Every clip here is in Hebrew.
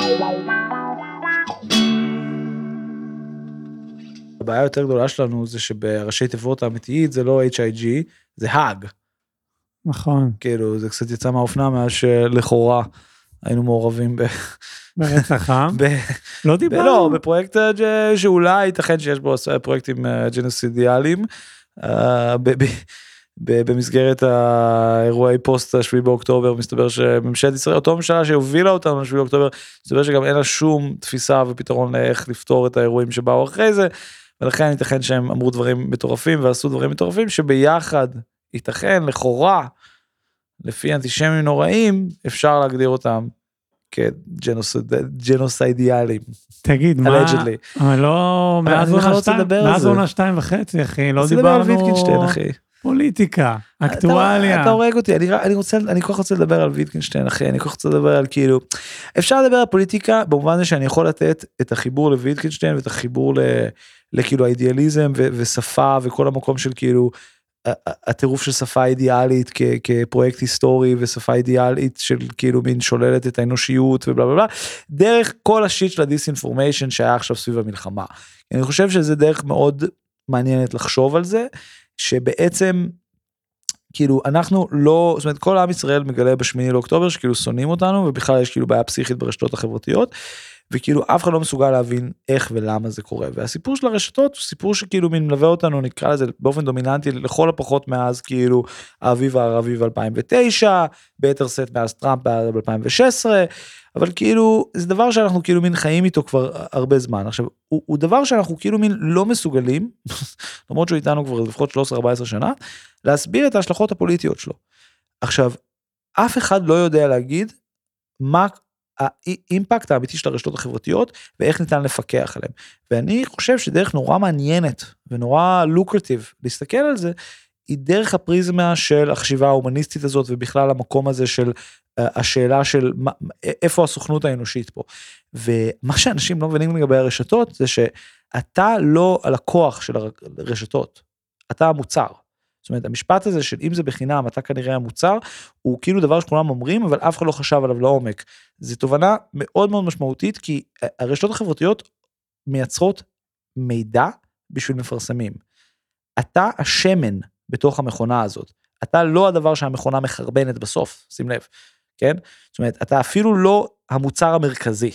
הבעיה יותר גדולה שלנו זה שבראשי תיבות האמיתית זה לא HIG, זה האג. נכון. כאילו, זה קצת יצא מהאופנה מאז שלכאורה היינו מעורבים ברצח עם? לא דיברנו? לא, בפרויקט שאולי ייתכן שיש בו פרויקטים ג'נוסידיאליים, במסגרת האירועי פוסט 7 באוקטובר, מסתבר שממשלת ישראל, אותו ממשלה שהובילה אותנו ל7 באוקטובר, מסתבר שגם אין לה שום תפיסה ופתרון לאיך לפתור את האירועים שבאו אחרי זה, ולכן ייתכן שהם אמרו דברים מטורפים ועשו דברים מטורפים, שביחד ייתכן, לכאורה, לפי אנטישמים נוראים, אפשר להגדיר אותם כג'נוסיידיאליים. תגיד, מה? אבל לא, מאז עונה 2.5, אחי, לא דיברנו... על ויטקינשטיין, אחי. פוליטיקה, אקטואליה. אתה הורג אותי, אני כל כך רוצה לדבר על ויטקינשטיין, אחי, אני כל כך רוצה לדבר על כאילו, אפשר לדבר על פוליטיקה, במובן זה שאני יכול לתת את החיבור לויטקינשטיין, ואת החיבור לכאילו האידיאליזם, ושפה, וכל המקום של כאילו, הטירוף של שפה אידיאלית, כפרויקט היסטורי, ושפה אידיאלית של כאילו מין שוללת את האנושיות, ובלה בלה בלה, דרך כל השיט של הדיסאינפורמיישן, שהיה עכשיו סביב המלחמה. אני חושב שזה דרך מאוד מעניינת לחשוב על זה, שבעצם, כאילו, אנחנו לא, זאת אומרת, כל עם ישראל מגלה ב8 לאוקטובר, שכאילו שונאים אותנו, ובכלל יש כאילו בעיה פסיכית ברשתות החברתיות, וכאילו אף אחד לא מסוגל להבין איך ולמה זה קורה, והסיפור של הרשתות הוא סיפור שכאילו מלווה אותנו, נקרא לזה באופן דומיננטי, לכל הפחות מאז כאילו האביב הערבי ב-2009, ביתר סט מאז טראמפ ב-2016, אבל כאילו זה דבר שאנחנו כאילו מין חיים איתו כבר הרבה זמן. עכשיו, הוא דבר שאנחנו כאילו מין לא מסוגלים, למרות שהוא איתנו כבר לפחות 13-14 שנה, להסביר את ההשלכות הפוליטיות שלו. עכשיו, אף אחד לא יודע להגיד מה האימפקט האמיתי של הרשתות החברתיות, ואיך ניתן לפקח עליהם. ואני חושב שדרך נורא מעניינת, ונורא לוקרטיב, להסתכל על זה, היא דרך הפריזמה של החשיבה ההומניסטית הזאת, ובכלל המקום הזה של השאלה של איפה הסוכנות האנושית פה. ומה שאנשים לא מבינים לגבי הרשתות, זה שאתה לא הלקוח של הרשתות, אתה המוצר. זאת אומרת, המשפט הזה של אם זה בחינם, אתה כנראה המוצר, הוא כאילו דבר שכולם אומרים, אבל אף אחד לא חשב עליו לעומק. זו תובנה מאוד מאוד משמעותית, כי הרשתות החברתיות מייצרות מידע בשביל מפרסמים. אתה השמן בתוך המכונה הזאת. אתה לא הדבר שהמכונה מחרבנת בסוף, שים לב, כן? זאת אומרת, אתה אפילו לא המוצר המרכזי.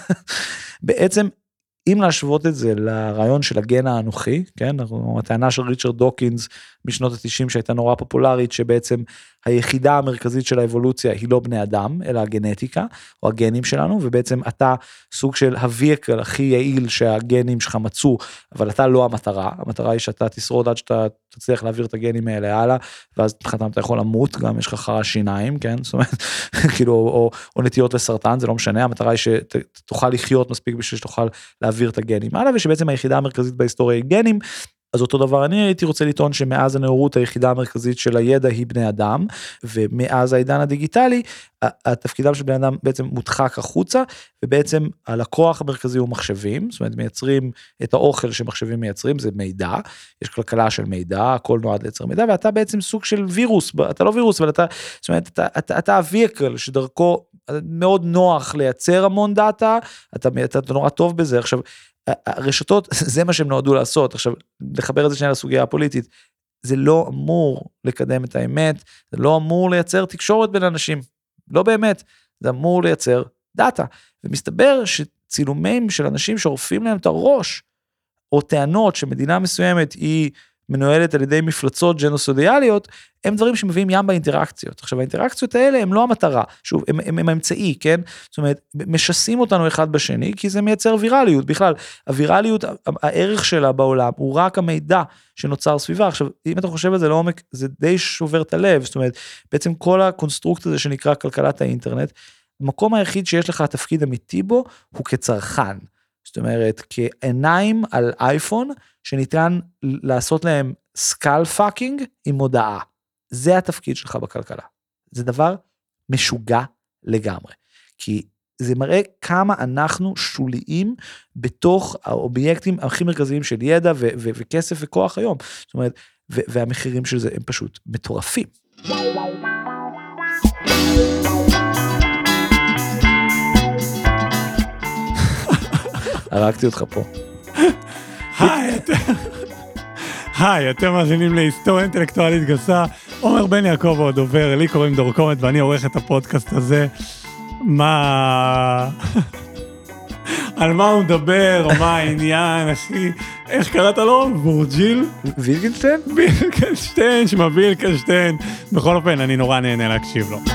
בעצם, אם להשוות את זה לרעיון של הגן האנוכי, כן, הטענה של ריצ'רד דוקינס משנות ה-90 שהייתה נורא פופולרית, שבעצם היחידה המרכזית של האבולוציה היא לא בני אדם, אלא הגנטיקה, או הגנים שלנו, ובעצם אתה סוג של הוויקל הכי יעיל שהגנים שלך מצאו, אבל אתה לא המטרה, המטרה היא שאתה תשרוד עד שאתה תצליח להעביר את הגנים האלה הלאה, ואז מבחינתם אתה יכול למות, גם יש לך חרש שיניים, כן, זאת אומרת, כאילו, או נטיות לסרטן, זה לא משנה, המטרה היא שתוכל לחיות מספיק בשביל שתוכל להעביר את הגנים הלאה, ושבעצם היחידה המרכזית בהיסטוריה היא גנים, אז אותו דבר, אני הייתי רוצה לטעון שמאז הנאורות היחידה המרכזית של הידע היא בני אדם, ומאז העידן הדיגיטלי, התפקידם של בני אדם בעצם מודחק החוצה, ובעצם הלקוח המרכזי הוא מחשבים, זאת אומרת מייצרים את האוכל שמחשבים מייצרים, זה מידע, יש כלכלה של מידע, הכל נועד לייצר מידע, ואתה בעצם סוג של וירוס, אתה לא וירוס, אבל זאת אומרת, אתה הוויקל שדרכו מאוד נוח לייצר המון דאטה, אתה נורא טוב בזה. עכשיו, הרשתות, זה מה שהם נועדו לעשות. עכשיו, לחבר את זה שנייה לסוגיה הפוליטית, זה לא אמור לקדם את האמת, זה לא אמור לייצר תקשורת בין אנשים, לא באמת, זה אמור לייצר דאטה, ומסתבר שצילומים של אנשים שעורפים להם את הראש, או טענות שמדינה מסוימת היא מנוהלת על ידי מפלצות ג'נוסודיאליות, הם דברים שמביאים ים באינטראקציות. עכשיו, האינטראקציות האלה הם לא המטרה, שוב, הם האמצעי, כן? זאת אומרת, משסים אותנו אחד בשני, כי זה מייצר ויראליות. בכלל, הוויראליות, הערך שלה בעולם, הוא רק המידע שנוצר סביבה. עכשיו, אם אתה חושב על זה לעומק, זה די שובר את הלב. זאת אומרת, בעצם כל הקונסטרוקט הזה שנקרא כלכלת האינטרנט, המקום היחיד שיש לך תפקיד אמיתי בו, הוא כצרכן. זאת אומרת, כעיניים על אייפון, שניתן לעשות להם סקל פאקינג עם מודעה. זה התפקיד שלך בכלכלה. זה דבר משוגע לגמרי. כי זה מראה כמה אנחנו שוליים בתוך האובייקטים הכי מרכזיים של ידע וכסף וכוח היום. זאת אומרת, והמחירים של זה הם פשוט מטורפים. הרגתי אותך פה. היי, אתם מאזינים להיסטוריה אינטלקטואלית גסה, עומר בן יעקב הוא הדובר, לי קוראים דור קומט ואני עורך את הפודקאסט הזה. על מה הוא מדבר, מה העניין, אחי? איך קראת לו? וורג'יל? וילקנשטיין? וילקנשטיין, שמה וילקנשטיין. בכל אופן, אני נורא נהנה להקשיב לו.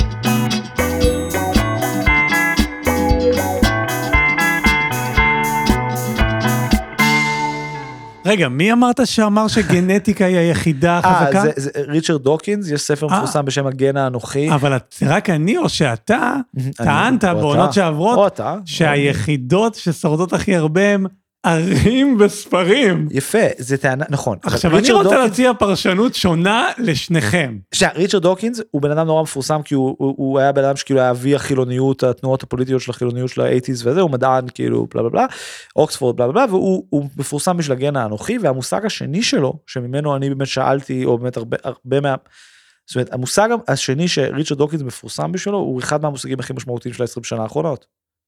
רגע, מי אמרת שאמר שגנטיקה היא היחידה החזקה? זה ריצ'רד דוקינס, יש ספר מפורסם בשם הגן האנוכי. אבל רק אני או שאתה טענת בעונות שעברות שהיחידות ששורדות הכי הרבה הם ערים בספרים. יפה, זה טענה, נכון. עכשיו אני רוצה להציע פרשנות שונה לשניכם. ריצ'רד דוקינס הוא בן אדם נורא מפורסם, כי הוא היה בן אדם שכאילו היה אבי החילוניות, התנועות הפוליטיות של החילוניות של ה-80s וזה, הוא מדען כאילו בלה בלה בלה, אוקספורד בלה בלה, והוא מפורסם בשביל הגן האנוכי, והמושג השני שלו, שממנו אני באמת שאלתי, או באמת הרבה מה... זאת אומרת, המושג השני שריצ'רד דוקינס מפורסם בשבילו, הוא אחד מהמושגים הכי משמעותיים של ה-20 שנה האחרונות.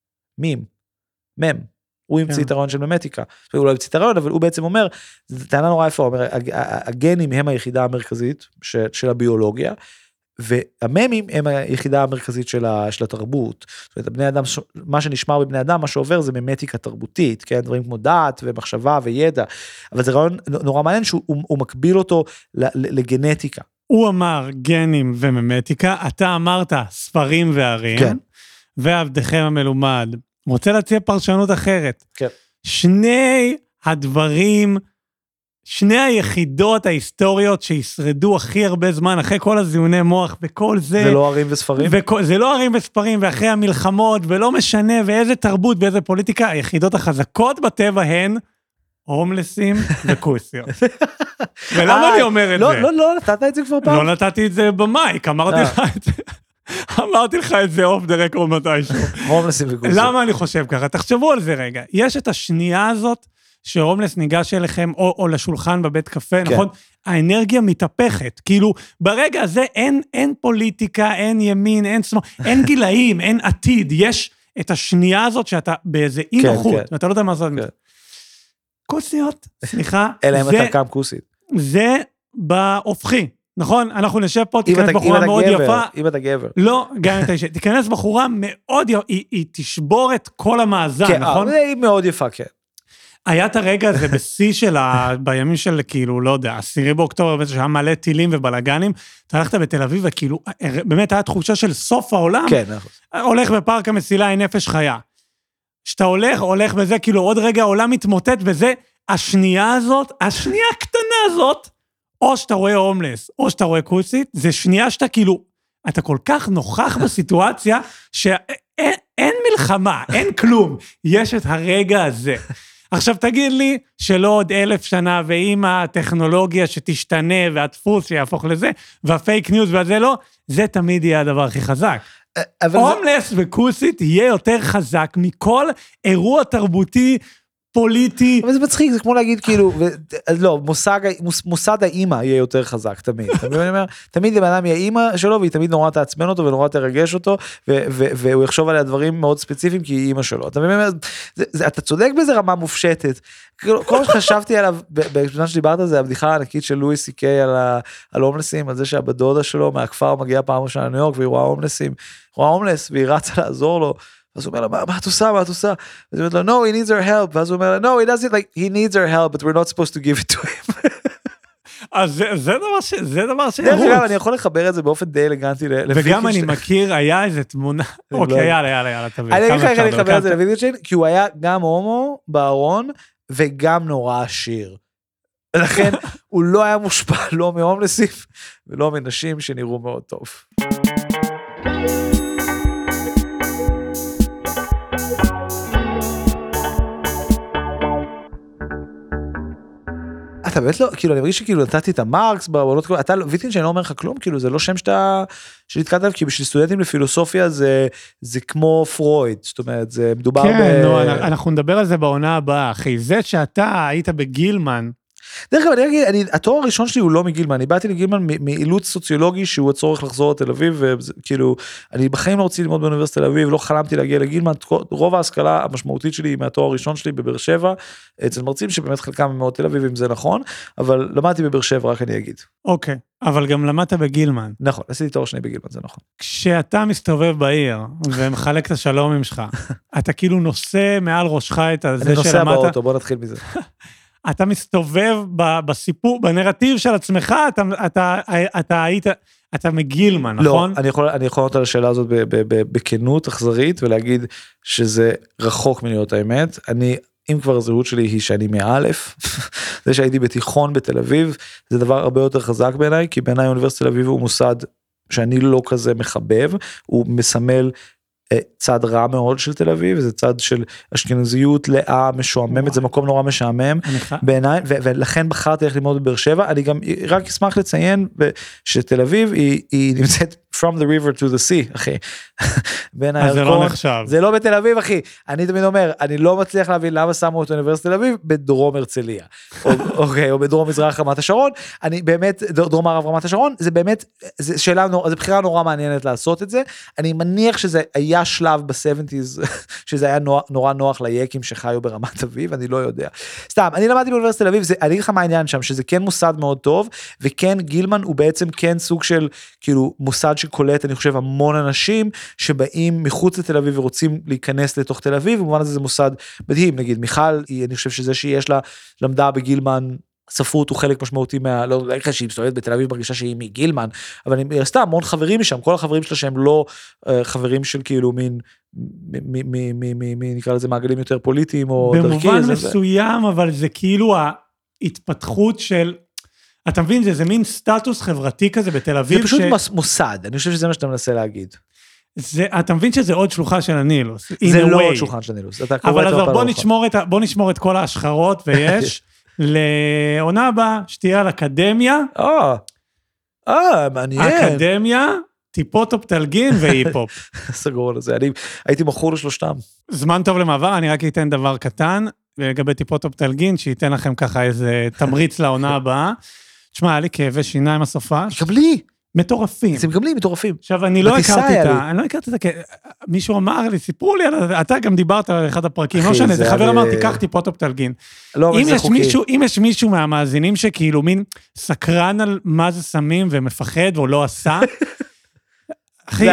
מם. הוא המציא את הרעיון של ממטיקה, הוא לא המציא את הרעיון, אבל הוא בעצם אומר, זו טענה נורא יפה, הוא אומר, הגנים הם היחידה המרכזית של הביולוגיה, והממים הם היחידה המרכזית של התרבות, זאת אומרת, הבני אדם, מה שנשמר בבני אדם, מה שעובר זה ממטיקה תרבותית, כן, דברים כמו דעת ומחשבה וידע, אבל זה רעיון נורא מעניין, שהוא מקביל אותו לגנטיקה. הוא אמר גנים וממטיקה, אתה אמרת ספרים וערים, כן. ועבדכם המלומד, רוצה להציע פרשנות אחרת. כן. שני הדברים, שני היחידות ההיסטוריות שישרדו הכי הרבה זמן, אחרי כל הזיוני מוח וכל זה. זה לא ערים וספרים? זה לא ערים וספרים, ואחרי המלחמות, ולא משנה, ואיזה תרבות ואיזה פוליטיקה, היחידות החזקות בטבע הן הומלסים וכוסיות. ולמה אני אומר את זה? לא, נתת את זה כבר פעם? לא נתתי את זה במייק, אמרתי לך את זה. אמרתי לך את זה אוף דה רקורד מתישהו. הומלסים וכוסיות. למה אני חושב ככה? תחשבו על זה רגע. יש את השנייה הזאת, שהומלס ניגש אליכם, או לשולחן בבית קפה, נכון? האנרגיה מתהפכת. כאילו, ברגע הזה אין פוליטיקה, אין ימין, אין שמאל, אין גילאים, אין עתיד. יש את השנייה הזאת שאתה באיזה אי נוחות, ואתה לא יודע מה זאת. כוסיות, סליחה. אלא אם אתה קם כוסית. זה בהופכי. נכון? אנחנו נשב פה, תיכנס בחורה מאוד יפה. אם אתה גבר. לא, גם אם אתה אישה. תיכנס בחורה מאוד יפה, היא תשבור את כל המאזן, נכון? כן, היא מאוד יפה, כן. היה את הרגע הזה בשיא שלה, בימים של כאילו, לא יודע, 10 באוקטובר, שהיה מלא טילים ובלגנים, אתה הלכת בתל אביב, וכאילו, באמת היה תחושה של סוף העולם. כן, נכון. הולך בפארק המסילה, אין נפש חיה. שאתה הולך בזה, כאילו, עוד רגע העולם מתמוטט, וזה, השנייה הזאת, השנייה הקטנה הזאת, או שאתה רואה הומלס, או שאתה רואה כוסית, זה שנייה שאתה כאילו, אתה כל כך נוכח בסיטואציה, שאין מלחמה, אין כלום, יש את הרגע הזה. עכשיו תגיד לי, שלא עוד 1000 שנה, ואם הטכנולוגיה שתשתנה, והדפוס שיהפוך לזה, והפייק ניוז והזה לא, זה תמיד יהיה הדבר הכי חזק. הומלס וכוסית יהיה יותר חזק, מכל אירוע תרבותי, פוליטי. אבל זה מצחיק, זה כמו להגיד כאילו, לא, מוסד האימא יהיה יותר חזק, תמיד. תמיד אם האדם יהיה אימא שלו, והיא תמיד נורא תעצבן אותו, ונורא תרגש אותו, והוא יחשוב עליה דברים מאוד ספציפיים, כי היא אימא שלו. אתה צודק בזה רמה מופשטת. כל מה שחשבתי עליו, בזמן שדיברת על זה, הבדיחה הענקית של לואי סי-קיי על הומלסים, על זה שהבדודה שלו מהכפר מגיעה פעם ראשונה לניו יורק, והיא רואה הומלס, והיא רצה לעזור לו, אז הוא אומר לה, מה את עושה? אז הוא אומר לה, no, he needs our help. ואז הוא אומר לה, no, he doesn't, like, he needs our help, but we're not supposed to give it to him. אז זה דבר ש... דרך אגב, אני יכול לחבר את זה באופן די אלגנטי וגם אני מכיר, היה איזה תמונה, אוקיי, יאללה, תביא. אני אגיד לך איך אני אחבר את זה לוידקנשטיין, כי הוא היה גם הומו בארון, וגם נורא עשיר. לכן, הוא לא היה מושפע, לא מהומלסים, ולא מנשים שנראו מאוד טוב. אתה באמת לא, כאילו, אני מרגיש שכאילו נתתי את המרקס, אתה ויטקנשטיין לא אומר לך כלום, כאילו, זה לא שם שנתקעת עליו, כי בשביל סטודנטים לפילוסופיה זה כמו פרויד, זאת אומרת, זה מדובר כן, אנחנו נדבר על זה בעונה הבאה, אחי, זה שאתה היית בגילמן, דרך אגב, אני אגיד, התואר הראשון שלי הוא לא מגילמן, אני באתי לגילמן מאילוץ סוציולוגי שהוא הצורך לחזור לתל אביב, וכאילו, אני בחיים לא רציתי ללמוד באוניברסיטת תל אביב, לא חלמתי להגיע לגילמן, רוב ההשכלה המשמעותית שלי היא מהתואר הראשון שלי בבאר שבע, אצל מרצים שבאמת חלקם הם מאוד תל אביב, אם זה נכון, אבל למדתי בבאר שבע, רק אני אגיד. אוקיי, אבל גם למדת בגילמן. נכון, עשיתי תואר שני בגילמן, זה נכון. כשאתה מסתובב בעיר ומחלק את השלומים שלך, אתה כאילו נושא מעל ראשך את זה אני נוסע באוטו, בוא נתחיל מזה. אתה מסתובב בסיפור, בנרטיב של עצמך, אתה מגילמן, נכון? לא, אני יכול לענות על השאלה הזאת בכנות אכזרית, ולהגיד שזה רחוק מלהיות האמת. אם כבר הזהות שלי היא שאני מאלף, זה שהייתי בתיכון בתל אביב, זה דבר הרבה יותר חזק בעיניי, כי בעיניי אוניברסיטת תל אביב הוא מוסד שאני לא כזה מחבב, הוא מסמל צד רע מאוד של תל אביב, זה צד של אשכנזיות לאה משועממת, זה מקום נורא משעמם בעיניי, ולכן בחרתי איך ללמוד בבאר שבע. אני גם רק אשמח לציין שתל אביב היא נמצאת from the river to the sea, אחי. אז זה לא נחשב. זה לא בתל אביב, אחי. אני תמיד אומר, אני לא מצליח להבין למה שמו את אוניברסיטת תל אביב בדרום הרצליה, או בדרום מזרח רמת השרון. אני באמת, דרום מערב רמת השרון, זה באמת, זו בחירה נורא מעניינת לעשות את זה. אני מניח שזה היה שלב ב-70s, שזה היה נורא נוח ליקים שחיו ברמת אביב, אני לא יודע. סתם, אני למדתי באוניברסיטת תל אביב, אני אגיד לך מה העניין שם, שזה כן מוסד מאוד טוב, וכן גילמן הוא בעצם כן סוג של, כאילו, מוסד שקולט, אני חושב, המון אנשים שבאים מחוץ לתל אביב ורוצים להיכנס לתוך תל אביב, במובן הזה זה מוסד מדהים, נגיד, מיכל, אני חושב שזה שיש לה למדה בגילמן, ספרות הוא חלק משמעותי לא יודע שהיא מסתובבת בתל אביב מרגישה שהיא מגילמן, אבל היא עשתה המון חברים משם, כל החברים שלה שהם לא חברים של כאילו מין, נקרא לזה מעגלים יותר פוליטיים או דרכי. במובן מסוים, אבל זה כאילו ההתפתחות של, אתה מבין, זה מין סטטוס חברתי כזה בתל אביב. זה פשוט מוסד, אני חושב שזה מה שאתה מנסה להגיד. אתה מבין שזה עוד שלוחה של הנילוס. זה לא עוד שלוחה של הנילוס. אבל בוא נשמור את כל ההשחרות ויש, לעונה הבאה, שתהיה על אקדמיה. מעניין. אקדמיה, טיפות אופטלגין והיפופ. סגור על זה, אני הייתי מכור לשלושתם. זמן טוב למעבר, אני רק אתן דבר קטן, לגבי טיפות אופטלגין, שייתן לכם ככה איזה תמריץ לעונה הבאה. תשמע, היה לי כאבי שיניים הסופה. גם לי. מטורפים. זה גם לי מטורפים. עכשיו, אני לא הכרתי את מישהו אמר לי, סיפרו לי, אתה גם דיברת על אחד הפרקים, לא משנה, זה חבר אמר, תיקח טיפות אופטלגין. אם יש מישהו מהמאזינים שכאילו מין סקרן על מה זה סמים ומפחד או לא עשה, אחי,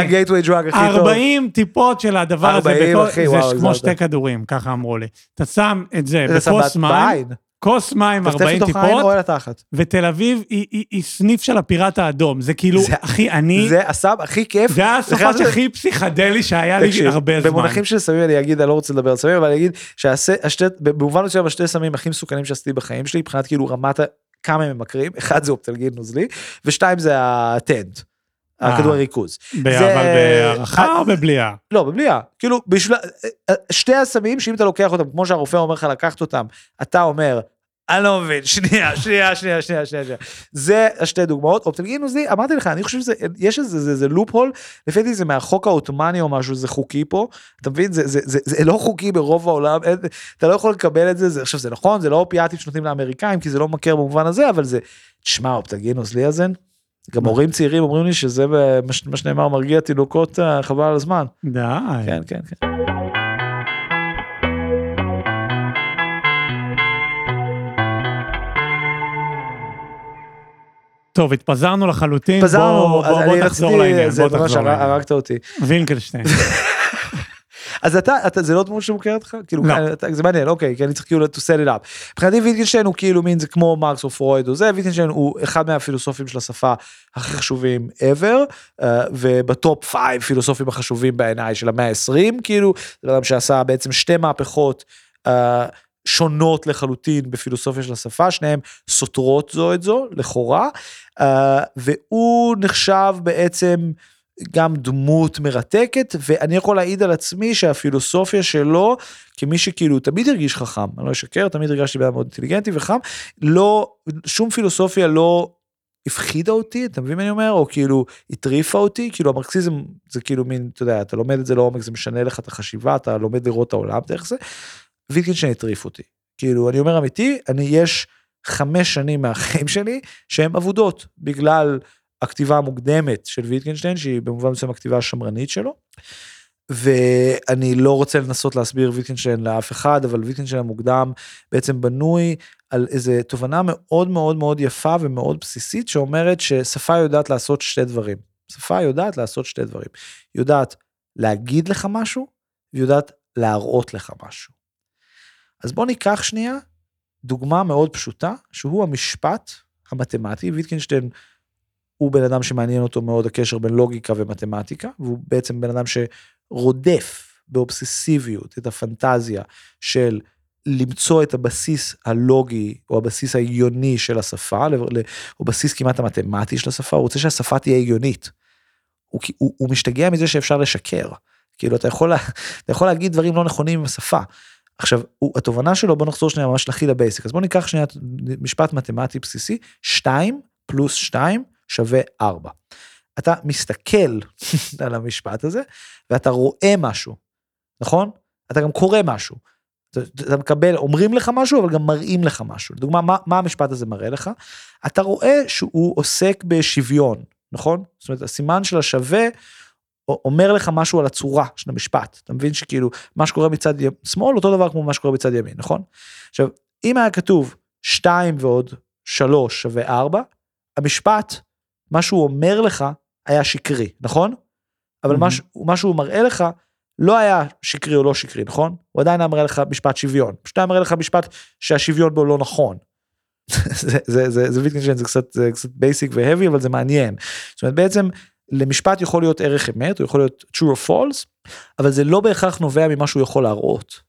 40 טיפות של הדבר הזה, זה כמו 2 כדורים, ככה אמרו לי. אתה שם את זה בכוס מים, כוס מים, 40 טיפות, ותל אביב היא סניף של הפיראט האדום, זה כאילו, אחי, זה הסם הכי כיף. זה הסופש הכי פסיכדלי שהיה לי הרבה זמן. במונחים של סמים אני אגיד, אני לא רוצה לדבר על סמים, אבל אני אגיד, במובן מסוים השתי סמים הכי מסוכנים שעשיתי בחיים שלי, מבחינת כאילו רמת כמה הם ממכרים, אחד זה אופטלגין נוזלי, ושתיים זה הטנט. הכדור הריכוז. אבל בהערכה או בבליעה? לא, בבליעה. כאילו, שתי הסמים, שאם אתה לוקח אותם, כמו שהרופא אומר לך לקחת אותם, אתה אומר, אני לא מבין, שנייה. זה השתי דוגמאות. אופטלגין נוזלי, אמרתי לך, אני חושב שיש איזה לופ-הול, לפי זה מהחוק האוטומני או משהו, זה חוקי פה, אתה מבין? זה לא חוקי ברוב העולם, אתה לא יכול לקבל את זה, עכשיו זה נכון, זה לא אופיאטים שנותנים לאמריקאים, כי זה לא מכיר במובן הזה, אבל זה, תשמע, אופטלגין נוזלי הזה, גם הורים צעירים אומרים לי שזה מה שנאמר מרגיע תינוקות חבל על הזמן. די. כן. טוב, התפזרנו לחלוטין, בוא תחזור לעניין. זה ממש הרגת אותי. וינקלשטיין. אז זה לא דמות שמוכרת לך? לא. זה מעניין, אוקיי, כי אני צריך כאילו to set it up. מבחינתי ויטגנשטיין הוא כאילו מין, זה כמו מרקס או פרויד או זה, ויטגנשטיין הוא אחד מהפילוסופים של השפה הכי חשובים ever, ובטופ 5 פילוסופים החשובים בעיניי של המאה ה-20, כאילו, זה אדם שעשה בעצם 2 מהפכות שונות לחלוטין בפילוסופיה של השפה, שניהם סותרות זו את זו, לכאורה, והוא נחשב בעצם גם דמות מרתקת, ואני יכול להעיד על עצמי שהפילוסופיה שלו, כמי שכאילו תמיד הרגיש חכם, אני לא אשקר, תמיד הרגשתי בעיה מאוד אינטליגנטי וחם, שום פילוסופיה לא הפחידה אותי, אתה מבין מה אני אומר? או כאילו הטריפה אותי, כאילו המרקסיזם זה כאילו מין, אתה יודע, אתה לומד את זה לעומק, זה משנה לך את החשיבה, אתה לומד לראות את העולם, דרך זה, ויטגנשטיין הטריף אותי. כאילו, אני אומר אמיתי, יש 5 שנים מהחיים שלי, שהן עבודות, בגלל הכתיבה המוקדמת של ויטקנשטיין, שהיא במובן מסוים הכתיבה השמרנית שלו, ואני לא רוצה לנסות להסביר ויטקנשטיין לאף אחד, אבל ויטקנשטיין המוקדם בעצם בנוי על איזו תובנה מאוד מאוד מאוד יפה ומאוד בסיסית, שאומרת ששפה יודעת לעשות 2 דברים. שפה יודעת לעשות 2 דברים. יודעת להגיד לך משהו, ויודעת להראות לך משהו. אז בוא ניקח שנייה, דוגמה מאוד פשוטה, שהוא המשפט המתמטי. ויטקנשטיין הוא בן אדם שמעניין אותו מאוד הקשר בין לוגיקה ומתמטיקה, והוא בעצם בן אדם שרודף באובססיביות את הפנטזיה של למצוא את הבסיס הלוגי, או הבסיס ההגיוני של השפה, או בסיס כמעט המתמטי של השפה. הוא רוצה שהשפה תהיה הגיונית. הוא משתגע מזה שאפשר לשקר. כאילו אתה יכול להגיד דברים לא נכונים עם השפה. עכשיו, התובנה שלו, בוא נחזור שנייה ממש לכי לבייסיק, אז בוא ניקח שנייה משפט מתמטי בסיסי, 2 + 2 = 4. אתה מסתכל על המשפט הזה, ואתה רואה משהו, נכון? אתה גם קורא משהו. אתה מקבל, אומרים לך משהו, אבל גם מראים לך משהו. לדוגמה, מה המשפט הזה מראה לך? אתה רואה שהוא עוסק בשוויון, נכון? זאת אומרת, הסימן של השווה, אומר לך משהו על הצורה של המשפט. אתה מבין שכאילו, מה שקורה מצד שמאל, אותו דבר כמו מה שקורה בצד ימין, נכון? עכשיו, אם היה כתוב 2 ועוד 3 = 4, המשפט, מה שהוא אומר לך, היה שקרי, נכון? אבל מה שהוא מראה לך, לא היה שקרי או לא שקרי, נכון? הוא עדיין מראה לך משפט שוויון. פשוט היה מראה לך משפט שהשוויון בו לא נכון. זה ויטקנשטיין, זה קצת בייסיק והאבי, אבל זה מעניין. זאת אומרת, בעצם, למשפט יכול להיות ערך אמת, הוא יכול להיות true or false, אבל זה לא בהכרח נובע ממה שהוא יכול להראות.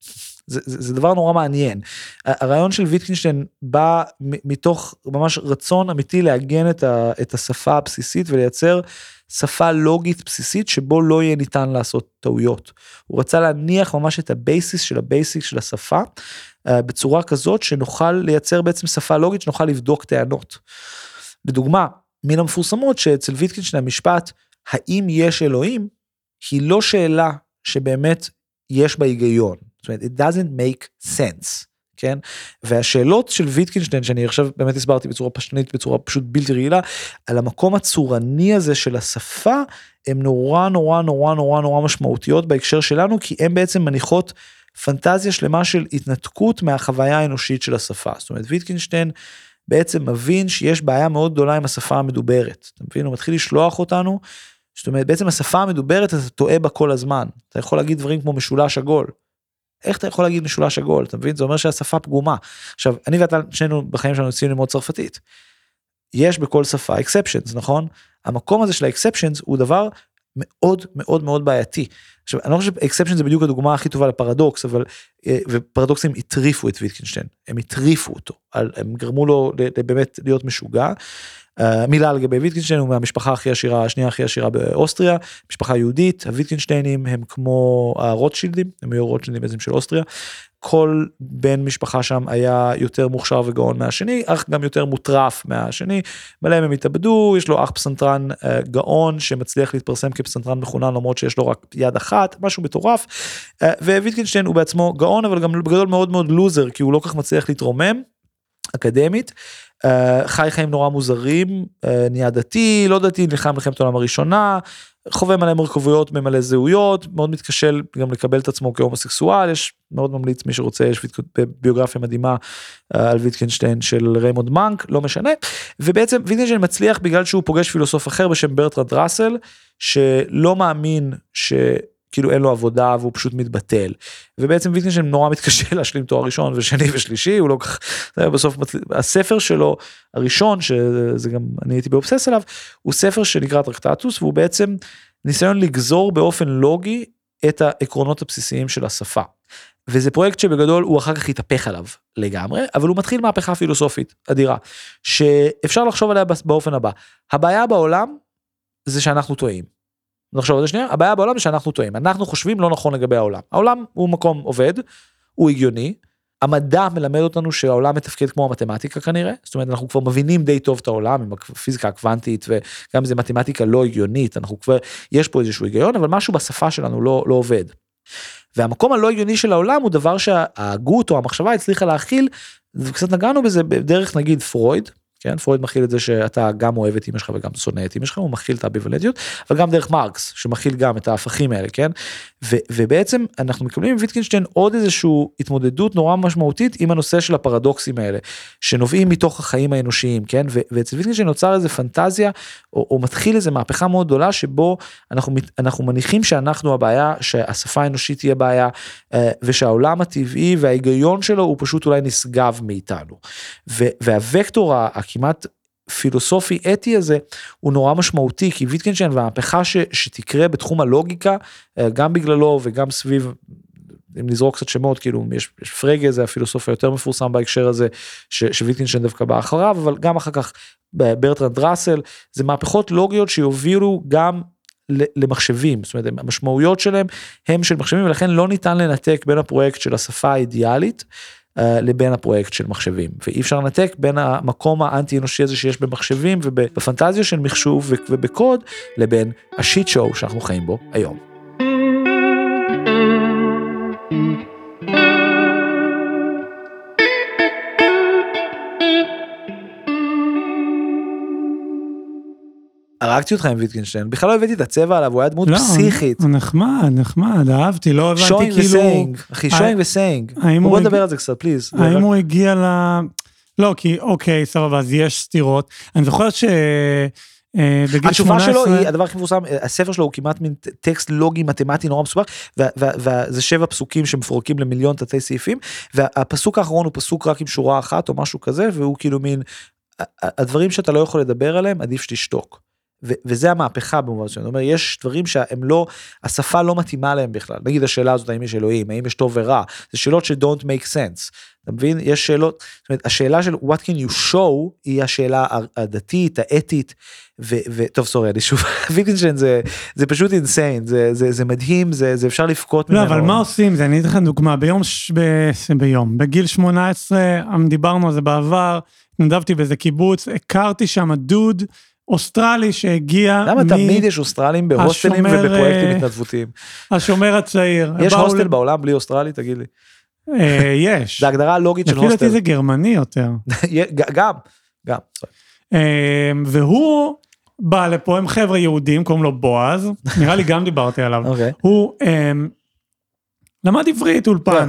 זה דבר נורא מעניין. הרעיון של ויטקנשטיין בא מתוך ממש רצון אמיתי להגן את השפה הבסיסית, ולייצר שפה לוגית בסיסית, שבו לא יהיה ניתן לעשות טעויות. הוא רצה להניח ממש את הבייסיס של השפה, בצורה כזאת שנוכל לייצר בעצם שפה לוגית, שנוכל לבדוק טענות. לדוגמה, מן המפורסמות שאצל ויטקנשטיין המשפט, האם יש אלוהים, היא לא שאלה שבאמת יש בה היגיון. זאת אומרת, it doesn't make sense, כן? והשאלות של ויטקנשטיין, שאני עכשיו באמת הסברתי בצורה פשטנית, בצורה פשוט בלתי רגילה, על המקום הצורני הזה של השפה, הן נורא נורא נורא נורא נורא משמעותיות בהקשר שלנו, כי הן בעצם מניחות פנטזיה שלמה של התנתקות מהחוויה האנושית של השפה. זאת אומרת, ויטקנשטיין בעצם מבין שיש בעיה מאוד גדולה עם השפה המדוברת. אתה מבין? הוא מתחיל לשלוח אותנו, זאת אומרת, בעצם השפה המדוברת, אתה טועה בה כל הזמן. אתה יכול להגיד דברים כמו משולש עגול. איך אתה יכול להגיד משולש עגול? אתה מבין? זה אומר שהשפה פגומה. עכשיו, אני ואתה, שנינו בחיים שלנו יוצאים ללמוד צרפתית. יש בכל שפה exceptions, נכון? המקום הזה של ה-exceptions הוא דבר מאוד מאוד מאוד בעייתי. עכשיו, אני לא חושב ש-exception זה בדיוק הדוגמה הכי טובה לפרדוקס, אבל, ופרדוקסים הטריפו את ויטקנשטיין, הם הטריפו אותו, הם גרמו לו באמת להיות משוגע. מילה לגבי ויטקנשטיין, הוא מהמשפחה הכי עשירה, השנייה הכי עשירה באוסטריה, משפחה יהודית, הויטקנשטיינים הם כמו הרוטשילדים, הם היו רוטשילדים בעצם של אוסטריה, כל בן משפחה שם היה יותר מוכשר וגאון מהשני, אך גם יותר מוטרף מהשני, מלא הם התאבדו, יש לו אח פסנתרן גאון, שמצליח להתפרסם כפסנתרן מחונן, למרות שיש לו רק יד אחת, משהו מטורף, וויטקנשטיין הוא בעצמו גאון, אבל גם בגדול מאוד מאוד לוזר, כי הוא לא כך מצליח להתרומם, אקדמית, חי חיים נורא מוזרים, נהיה דתי, לא דתי, נלחם מלחמת העולם הראשונה, חווה מלא מורכבויות ממלא זהויות, מאוד מתקשה גם לקבל את עצמו כהומוסקסואל, יש מאוד ממליץ מי שרוצה, יש ביוגרפיה מדהימה על ויטקנשטיין של ריימונד מנק, לא משנה, ובעצם ויטקנשטיין מצליח בגלל שהוא פוגש פילוסוף אחר בשם ברטרנד ראסל, שלא מאמין כאילו אין לו עבודה והוא פשוט מתבטל, ובעצם ויטקנשטיין נורא מתקשה להשלים תואר ראשון ושני ושלישי, הוא לא כך, בסוף הספר שלו הראשון, שזה גם אני הייתי באובסס עליו, הוא ספר שנקרא טרקטטוס, והוא בעצם ניסיון לגזור באופן לוגי את העקרונות הבסיסיים של השפה, וזה פרויקט שבגדול הוא אחר כך יתהפך עליו לגמרי, אבל הוא מתחיל מהפכה פילוסופית אדירה, שאפשר לחשוב עליה באופן הבא, הבעיה בעולם זה שאנחנו טועים, נחשוב על זה שנייה, הבעיה בעולם זה שאנחנו טועים, אנחנו חושבים לא נכון לגבי העולם, העולם הוא מקום עובד, הוא הגיוני, המדע מלמד אותנו שהעולם מתפקד כמו המתמטיקה כנראה, זאת אומרת אנחנו כבר מבינים די טוב את העולם, עם הפיזיקה הקוונטית, וגם אם זה מתמטיקה לא הגיונית, אנחנו כבר, יש פה איזשהו היגיון, אבל משהו בשפה שלנו לא עובד, והמקום הלא הגיוני של העולם הוא דבר שההגות או המחשבה הצליחה להכיל, וקצת נגענו בזה בדרך נגיד פרויד, כן, פרויד מכיל את זה שאתה גם אוהב את אמא שלך וגם שונא את אמא שלך, הוא מכיל את האמביוולנטיות, אבל גם דרך מרקס, שמכיל גם את ההפכים האלה, כן, ובעצם אנחנו מקבלים עם ויטקינשטיין עוד איזושהי התמודדות נורא משמעותית עם הנושא של הפרדוקסים האלה, שנובעים מתוך החיים האנושיים, כן, ואצל ויטקינשטיין נוצר איזה פנטזיה, או מתחיל איזה מהפכה מאוד גדולה, שבו אנחנו מניחים שאנחנו הבעיה, שהשפה האנושית תהיה בעיה, ושהעולם הטבעי וההיגיון שלו הוא פשוט אולי נשגב מאיתנו, והווקטור הכמעט פילוסופי אתי הזה, הוא נורא משמעותי, כי ויטקינשטיין והמהפכה שתקרה בתחום הלוגיקה, גם בגללו וגם סביב, אם נזרוק קצת שמות, כאילו יש פרגה, זה הפילוסופיה יותר מפורסם בהקשר הזה, שוויטקינשטיין דווקא בא אחריו, אבל גם אחר כך ברטרנד ראסל, זה מהפכות לוגיות שיובילו גם למחשבים, זאת אומרת, המשמעויות שלהם הם של מחשבים, ולכן לא ניתן לנתק בין הפרויקט של השפה האידיאלית, לבין הפרויקט של מחשבים, ואי אפשר לנתק בין המקום האנטי אנושי הזה שיש במחשבים, ובפנטזיה של מחשוב ובקוד, לבין השיט שואו שאנחנו חיים בו היום. הרגתי אותך עם ויטקינשטיין, בכלל לא הבאתי את הצבע עליו, הוא היה דמות פסיכית. נחמד, אהבתי, לא הבנתי כאילו... שוינג וסיינג, אחי, שוינג וסיינג. בוא נדבר על זה קצת, פליז. האם הוא הגיע לא, כי אוקיי, סבבה, אז יש סתירות. אני זוכר ש... התשובה שלו היא, הדבר הכי מפורסם, הספר שלו הוא כמעט מין טקסט לוגי מתמטי נורא מסובך, וזה 7 פסוקים שמפורקים למיליון תתי סעיפים, והפסוק האחרון הוא פסוק רק עם שורה אחת או משהו כזה, והוא כאילו מין, הדברים שאתה לא יכול לדבר עליהם, עדיף שתשתוק. וזה המהפכה במובן זאת אומרת, יש דברים שהם לא, השפה לא מתאימה להם בכלל, נגיד השאלה הזאת, האם יש אלוהים, האם יש טוב ורע, זה שאלות ש-don't make sense, אתה מבין? יש שאלות, זאת אומרת, השאלה של what can you show, היא השאלה הדתית, האתית, וטוב, סורי, אני שוב, ויטקינשטיין זה פשוט insane, זה מדהים, זה אפשר לפקוט ממנו. לא, אבל מה עושים? אני אתן לך דוגמה, בגיל 18, דיברנו על זה בעבר, נדבתי באיזה קיבוץ, הכרתי שם דוד, אוסטרלי שהגיע... למה תמיד יש אוסטרלים בהוסטלים ובפרויקטים התנדבותיים? השומר הצעיר. יש הוסטל בעולם בלי אוסטרלי, תגיד לי. יש. זה הגדרה הלוגית של הוסטל. לפי דעתי זה גרמני יותר. גם. והוא בא לפה עם חבר'ה יהודים, קוראים לו בועז, נראה לי גם דיברתי עליו. הוא למד עברית אולפן.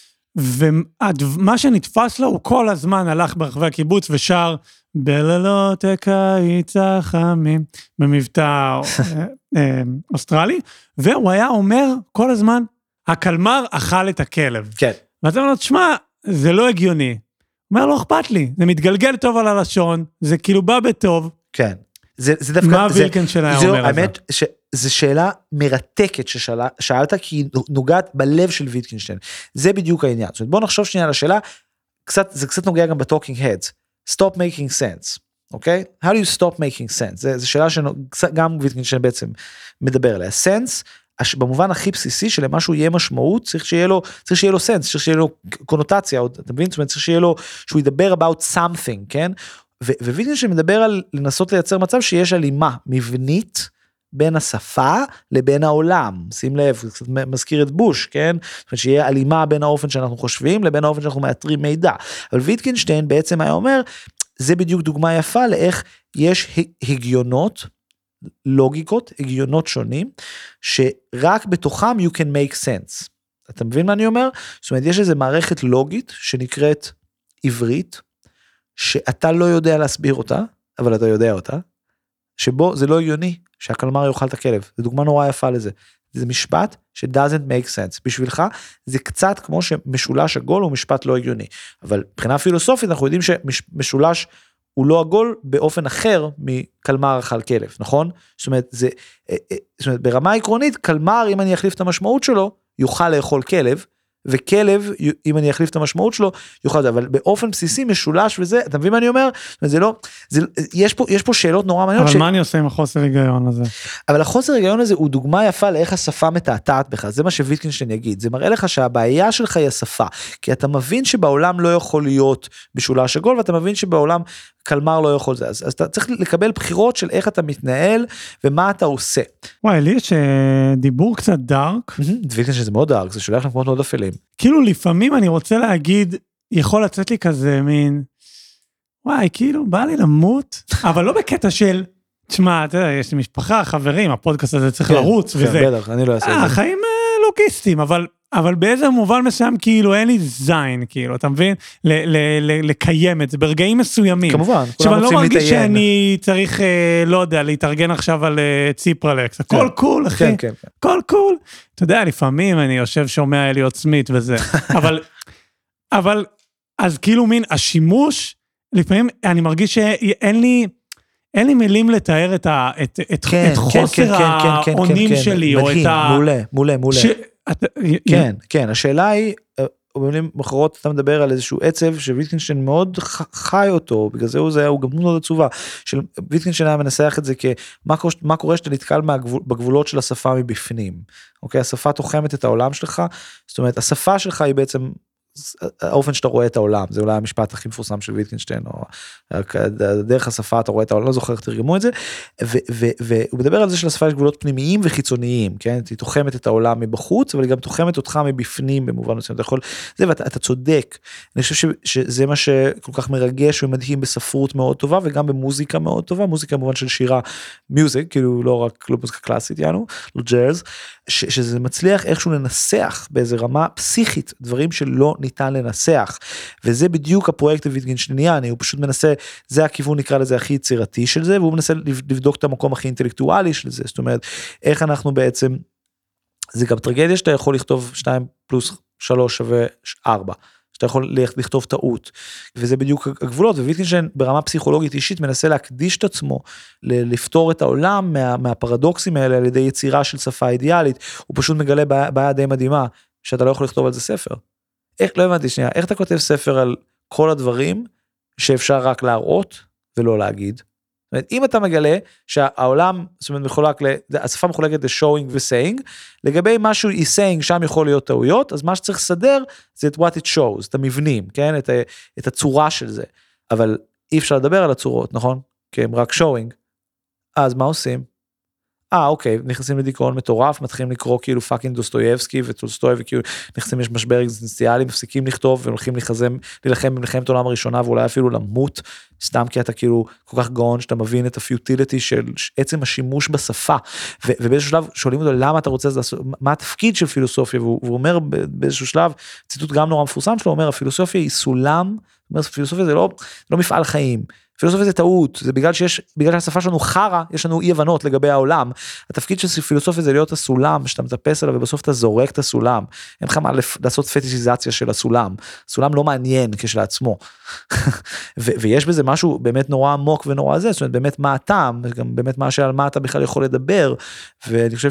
ומה שנתפס לו, הוא כל הזמן הלך ברחבי הקיבוץ ושר בלילות הקיץ החמים, במבטא אוסטרלי, והוא היה אומר כל הזמן, הקלמר אכל את הכלב. כן. ואתה אומר לו, תשמע, זה לא הגיוני. הוא אומר, לא אכפת לי, זה מתגלגל טוב על הלשון, זה כאילו בא בטוב. כן. זה דווקא... מה וילקינשטיין היה אומר על זה? האמת שזו שאלה מרתקת ששאלת, כי היא נוגעת בלב של ויטקינשטיין. זה בדיוק העניין. זאת אומרת, בוא נחשוב שנייה על השאלה, זה קצת נוגע גם ב-talking heads. Stop making sense, אוקיי? How do you stop making sense? זו שאלה שגם ויטקינשטיין בעצם מדבר עליה. sense, במובן הכי בסיסי שלמשהו יהיה משמעות, צריך שיהיה לו sense, צריך שיהיה לו קונוטציה, אתה מבין? זאת אומרת, צריך שיהיה לו, שהוא ידבר about something, כן? וויטקינשטיין מדבר על לנסות לייצר מצב שיש הלימה מבנית, בין השפה לבין העולם, שים לב, קצת מזכיר את בוש, כן? זאת אומרת שיהיה הלימה בין האופן שאנחנו חושבים, לבין האופן שאנחנו מאתרים מידע, אבל ויטקינשטיין בעצם היה אומר, זה בדיוק דוגמה יפה לאיך יש הגיונות, לוגיקות, הגיונות שונים, שרק בתוכם you can make sense, אתה מבין מה אני אומר? זאת אומרת, יש איזו מערכת לוגית, שנקראת עברית, שאתה לא יודע להסביר אותה, אבל אתה יודע אותה, שבו זה לא הגיוני, שהקלמר יאכל את הכלב, זו דוגמה נורא יפה לזה, זה משפט ש doesn't make sense, בשבילך זה קצת כמו שמשולש עגול הוא משפט לא הגיוני, אבל מבחינה פילוסופית אנחנו יודעים שמשולש הוא לא עגול באופן אחר מקלמר אכל כלב, נכון? זאת אומרת, ברמה עקרונית, קלמר אם אני אחליף את המשמעות שלו, יוכל לאכול כלב, וכלב, אם אני אחליף את המשמעות שלו, יוכל, אבל באופן בסיסי, משולש וזה, אתה מבין מה אני אומר? זה לא, יש פה שאלות נורא מעניינות. אבל מה אני עושה עם החוסר היגיון הזה? אבל החוסר היגיון הזה הוא דוגמה יפה לאיך השפה מתעתעת בך, זה מה שוויטקנשטיין יגיד, זה מראה לך שהבעיה שלך היא השפה, כי אתה מבין שבעולם לא יכול להיות משולש עגול, ואתה מבין שבעולם קלמר לא יכול זה, אז אתה צריך לקבל בחירות של איך אתה מתנהל, ומה אתה עושה. וואי, לי יש דיבור קצת דארק. ויטקנשטיין זה מאוד דארק, זה שולח למקומות מאוד אפלים. כאילו לפעמים אני רוצה להגיד, יכול לצאת לי כזה מין, וואי, כאילו בא לי למות, אבל לא בקטע של, תשמע, אתה יודע, יש לי משפחה, חברים, הפודקאסט הזה צריך לרוץ וזה. כן, בטח, אני לא אעשה את זה. חיים לוגיסטיים, אבל באיזה מובן מסוים, כאילו, אין לי זין, כאילו, אתה מבין? לקיים את זה, ברגעים מסוימים. כמובן, עכשיו, אני לא מרגיש שאני צריך, לא יודע, להתארגן עכשיו על ציפרלקס. הכל קול, אחי. כן. הכל קול. אתה יודע, לפעמים אני יושב שומע אליוט סמית וזה. אבל, אז כאילו מין, השימוש, לפעמים אני מרגיש שאין לי מילים לתאר את חוסר העונים שלי, או את ה... מעולה. כן, השאלה היא, במילים אחרות אתה מדבר על איזשהו עצב, שוויטקנשטיין מאוד חי אותו, בגלל זה הוא גם מאוד עצובה, וויטקנשטיין היה מנסח את זה כמה קורה שאתה נתקל בגבולות של השפה מבפנים, אוקיי, השפה תוחמת את העולם שלך, זאת אומרת, השפה שלך היא בעצם, האופן שאתה רואה את העולם, זה אולי המשפט הכי מפורסם של ויטקנשטיין, או דרך השפה אתה רואה את העולם, לא זוכר איך תרגמו את זה, והוא מדבר על זה שלשפה יש גבולות פנימיים וחיצוניים, כן, היא תוחמת את העולם מבחוץ, אבל היא גם תוחמת אותך מבפנים, במובן מסוים, אתה יכול, זה, ואתה צודק, אני חושב שזה מה שכל כך מרגש ומדהים בספרות מאוד טובה, וגם במוזיקה מאוד טובה, מוזיקה במובן של שירה, מיוזיק, כאילו לא רק, לא מוזיקה קלאסית, יענו, לא ג'אז, שזה מצליח איכשהו לנסח באיזה רמה פסיכית, דברים שלא ניתן לנסח, וזה בדיוק הפרויקט הוויטגנשטייניאני, הוא פשוט מנסה, זה הכיוון נקרא לזה הכי יצירתי של זה, והוא מנסה לבדוק את המקום הכי אינטלקטואלי של זה, זאת אומרת, איך אנחנו בעצם, זה גם טרגדיה שאתה יכול לכתוב 2 + 3 שווה 4, שאתה יכול לכתוב טעות, וזה בדיוק הגבולות, וויטגנשטיין ברמה פסיכולוגית אישית מנסה להקדיש את עצמו, לפתור את העולם מהפרדוקסים האלה, על ידי יצירה של שפה אידיאלית, הוא פשוט מגלה בעיה די מדהימה, שאתה לא יכול לכתוב על זה ספר. לא הבנתי שנייה, איך אתה כותב ספר על כל הדברים, שאפשר רק להראות, ולא להגיד? זאת אומרת, אם אתה מגלה שהעולם, זאת אומרת, השפה מחולקת ל-showing ו-saying, לגבי משהו היא saying, שם יכול להיות טעויות, אז מה שצריך לסדר, זה את what it shows, את המבנים, כן? את הצורה של זה. אבל אי אפשר לדבר על הצורות, נכון? כי הם רק showing. אז מה עושים? אוקיי, נכנסים לדיכאון מטורף, מתחילים לקרוא כאילו פאקינג דוסטויבסקי וטולסטוי, וכאילו נכנסים, יש משבר אקזיסטנציאלי, מפסיקים לכתוב, והולכים להילחם במלחמת העולם הראשונה, ואולי אפילו למות, סתם כי אתה כאילו כל כך גאון, שאתה מבין את הפיוטיליטי של עצם השימוש בשפה, ובאיזשהו שלב שואלים אותו, למה אתה רוצה לעשות, מה התפקיד של פילוסופיה, והוא אומר באיזשהו שלב, ציטוט גם נורא מפורסם שלו, אומר, הפילוסופיה היא סולם, פילוסופיה זה לא מפעל חיים, פילוסופיה זה טעות, זה בגלל שהשפה שלנו חרה, יש לנו אי הבנות לגבי העולם, התפקיד של פילוסופיה זה להיות הסולם, שאתה מטפס עליו ובסוף אתה זורק את הסולם, אין לך מה לעשות פטישיזציה של הסולם, הסולם לא מעניין כשלעצמו, ויש בזה משהו באמת נורא עמוק ונורא זה, זאת אומרת באמת מה הטעם, גם באמת מה שעל מה אתה בכלל יכול לדבר, ואני חושב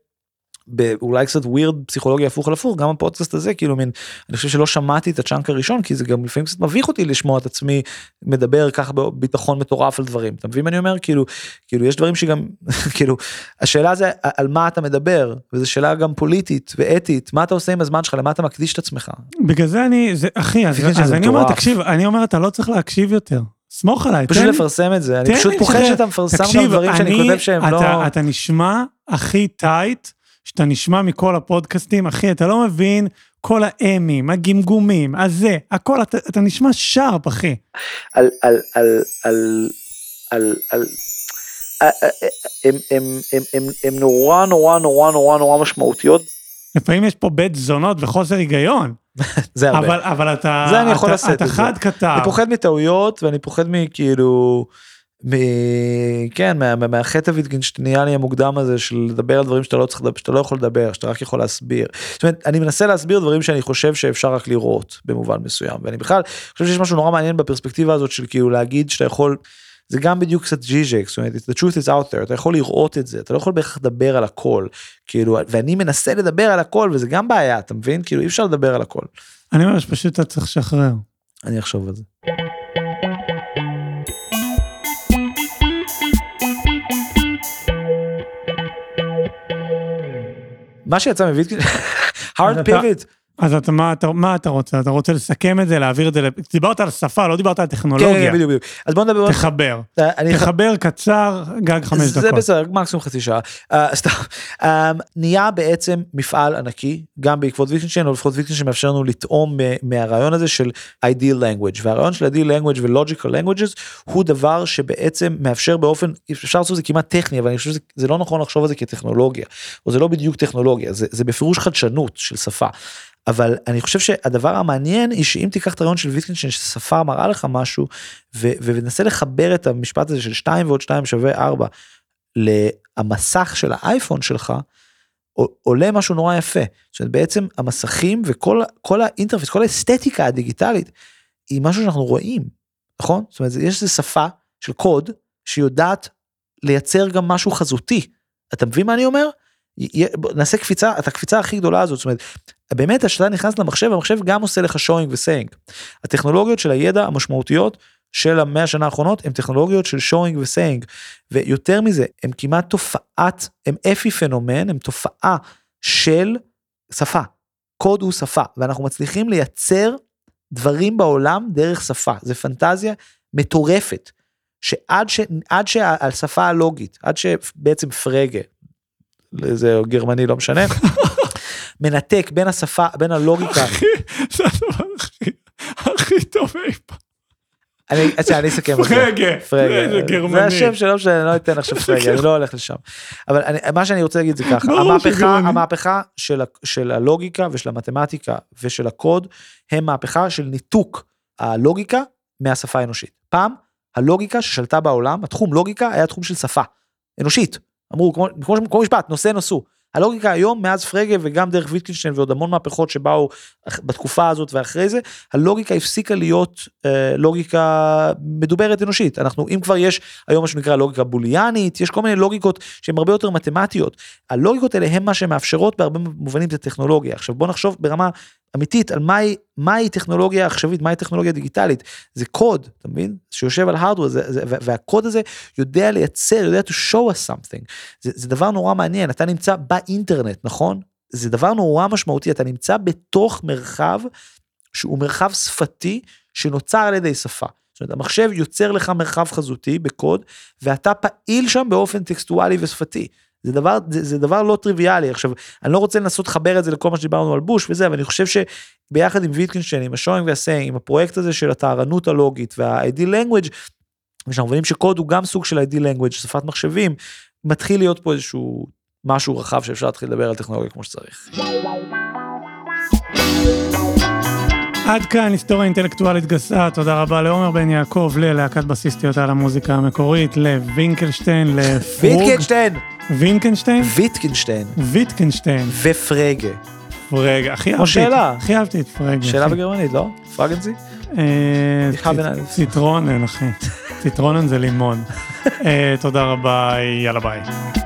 אולי קצת ווירד פסיכולוגיה הפוך על הפוך, גם הפודקאסט הזה, כאילו מין, אני חושב שלא שמעתי את הצ'אנק הראשון, כי זה גם לפעמים קצת מביך אותי לשמוע את עצמי, מדבר ככה בביטחון מטורף על דברים, אתה מבין מה אני אומר? כאילו יש דברים שגם, כאילו, השאלה זה על מה אתה מדבר, וזו שאלה גם פוליטית ואתית, מה אתה עושה עם הזמן שלך, למה אתה מקדיש את עצמך? בגלל זה אחי, אז אני אומר, תקשיב, אני אומר, אתה לא צריך להקשיב יותר. סמוך עליי. פשוט לפרסם את זה, אני פשוט פוחד שאתה מפרסם גם דברים שאני כותב שהם לא... אתה נשמע הכי טייט, שאתה נשמע מכל הפודקאסטים, אחי, אתה לא מבין כל האמים, הגמגומים, הזה, הכל, אתה נשמע שרפ, אחי. הם נורא משמעותיות. לפעמים יש פה בית זונות וחוסר היגיון. זה הרבה. אבל אתה חד כתב. אני פוחד מטעויות, ואני פוחד מכאילו... כן, מהחטא הוויטגנשטייניאני המוקדם הזה, של לדבר על דברים שאתה לא יכול לדבר, שאתה רק יכול להסביר. זאת אומרת, אני מנסה להסביר דברים שאני חושב שאפשר רק לראות, במובן מסוים, ואני בכלל חושב שיש משהו נורא מעניין בפרספקטיבה הזאת, של כאילו להגיד שאתה יכול, זה גם בדיוק קצת ז'יז'ק, זאת אומרת, the truth is out there, אתה יכול לראות את זה, אתה לא יכול בהכרח לדבר על הכל, כאילו, ואני מנסה לדבר על הכל, וזה גם בעיה, אתה מבין? כאילו, אי אפשר לדבר על הכל. אני אומר שפשוט אתה צריך לשחרר. אני אחשוב על זה. מה שיצא מוויטקינשטיין, hard pivot. אז מה אתה רוצה? אתה רוצה לסכם את זה, להעביר את זה, דיברת על שפה, לא דיברת על טכנולוגיה. כן, בדיוק. אז בוא נדבר. תחבר קצר, גג 5 דקות. זה בסדר, מקסימום חצי שעה. נהיה בעצם מפעל ענקי, גם בעקבות ויטקינשטיין, או לפחות ויטקינשטיין מאפשר לנו לטעום מהרעיון הזה של ideal language, והרעיון של ideal language ו-logical languages, הוא דבר שבעצם מאפשר באופן, אפשר לעשות את זה כמעט טכני, אבל אני חושב שזה לא נכון לחשוב על זה כטכנולוגיה, או זה לא בדיוק טכנולוגיה, זה בפירוש חדשנות של שפה. אבל אני חושב שהדבר המעניין היא שאם תיקח את הרעיון של ויטקינשטיין, ששפה מראה לך משהו, וננסה לחבר את המשפט הזה של 2 ועוד 2 שווה 4, למסך של האייפון שלך, עולה משהו נורא יפה. זאת אומרת, בעצם המסכים וכל האינטרפס, כל האסתטיקה הדיגיטלית, היא משהו שאנחנו רואים, נכון? זאת אומרת, יש איזו שפה של קוד, שיודעת לייצר גם משהו חזותי. אתה מבין מה אני אומר? נעשה קפיצה, את הקפיצה הכי גדולה הזאת, זאת אומרת, באמת, כשאתה נכנס למחשב, המחשב גם עושה לך showing ו-saying. הטכנולוגיות של הידע המשמעותיות של 100 שנה האחרונות, הן טכנולוגיות של showing ו-saying, ויותר מזה, הן כמעט תופעת, הן אפי פנומן, הן תופעה של שפה. קוד הוא שפה, ואנחנו מצליחים לייצר דברים בעולם דרך שפה. זה פנטזיה מטורפת, שעד שהשפה הלוגית, עד שבעצם פרגה, זה גרמני לא משנה, מנתק בין השפה, בין הלוגיקה. זה הדבר הכי טוב אי פעם. אני אסכם את זה. פרגה, זה גרמני. זה השם שלו שאני לא אתן עכשיו פרגה, אני לא הולך לשם. אבל מה שאני רוצה להגיד זה ככה, המהפכה של הלוגיקה ושל המתמטיקה ושל הקוד, הם מהפכה של ניתוק הלוגיקה מהשפה האנושית. פעם, הלוגיקה ששלטה בעולם, התחום לוגיקה היה תחום של שפה אנושית. אמרו, כמו משפט, נושא נושאו. הלוגיקה היום, מאז פרגה וגם דרך ויטקינשטיין ועוד המון מהפכות שבאו בתקופה הזאת ואחרי זה, הלוגיקה הפסיקה להיות לוגיקה מדוברת אנושית. אם כבר יש היום מה שנקרא לוגיקה בוליאנית, יש כל מיני לוגיקות שהן הרבה יותר מתמטיות. הלוגיקות האלה הן מה שמאפשרות בהרבה מובנים את הטכנולוגיה. עכשיו בוא נחשוב ברמה אמיתית על מהי טכנולוגיה עכשווית, מהי טכנולוגיה דיגיטלית. זה קוד, אתה מבין? שיושב על הארדוור, והקוד הזה יודע לייצר, יודע to show us something. זה דבר נורא מעניין, אתה נמצא באינטרנט, נכון? זה דבר נורא משמעותי, אתה נמצא בתוך מרחב, שהוא מרחב שפתי, שנוצר על ידי שפה. זאת אומרת, המחשב יוצר לך מרחב חזותי בקוד, ואתה פעיל שם באופן טקסטואלי ושפתי. זה דבר לא טריוויאלי. עכשיו, אני לא רוצה לנסות לחבר את זה לכל מה שדיברנו על בוש וזה, אבל אני חושב שביחד עם ויטקינשטיין, עם השואינג והסיינג, עם הפרויקט הזה של התארנות הלוגית וה-ideal language, ושאנחנו מבינים שקוד הוא גם סוג של ideal language, שפת מחשבים, מתחיל להיות פה איזשהו משהו רחב שאפשר להתחיל לדבר על טכנולוגיה כמו שצריך. עד כאן היסטוריה אינטלקטואלית גסה, תודה רבה לעומר בן יעקב, ללהקת בסיסטיות על המוזיקה המקורית, לווינקלשטיין, לפרוג. ויטקינשטיין. ופרגה. פרגה, הכי אהבתי את פרגה. שאלה בגרמנית, לא? פרגנזי? ציטרונן, אחי. ציטרונן זה לימון. תודה רבה, יאללה ביי.